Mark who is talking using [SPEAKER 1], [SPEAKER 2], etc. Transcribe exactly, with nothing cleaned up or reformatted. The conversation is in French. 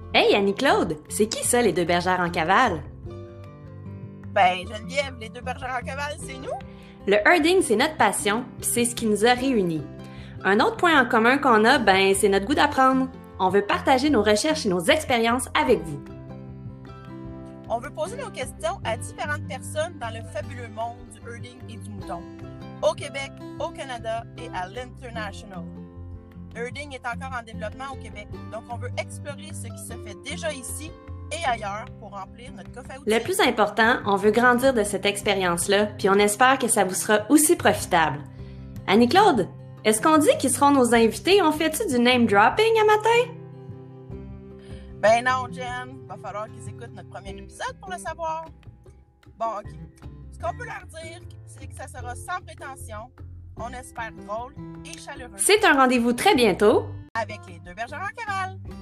[SPEAKER 1] Hey Annie-Claude, c'est qui ça les deux bergères en cavale?
[SPEAKER 2] Ben, Geneviève, les deux bergères en cavale, c'est nous?
[SPEAKER 1] Le herding, c'est notre passion, puis c'est ce qui nous a réunis. Un autre point en commun qu'on a, ben, c'est notre goût d'apprendre. On veut partager nos recherches et nos expériences avec vous.
[SPEAKER 2] On veut poser nos questions à différentes personnes dans le fabuleux monde du herding et du mouton, au Québec, au Canada et à l'international. Le herding est encore en développement au Québec, donc on veut explorer ce qui se fait déjà ici et ailleurs pour remplir notre coffre à outils.
[SPEAKER 1] Le plus important, on veut grandir de cette expérience-là, puis on espère que ça vous sera aussi profitable. Annie-Claude, est-ce qu'on dit qu'ils seront nos invités? On fait-tu du name dropping à matin?
[SPEAKER 2] Ben non, Jen, va falloir qu'ils écoutent notre premier épisode pour le savoir. Bon, ok. Ce qu'on peut leur dire, c'est que ça sera sans prétention, on espère drôle et chaleureux.
[SPEAKER 1] C'est un rendez-vous très bientôt
[SPEAKER 2] Avec les deux bergères en cavale.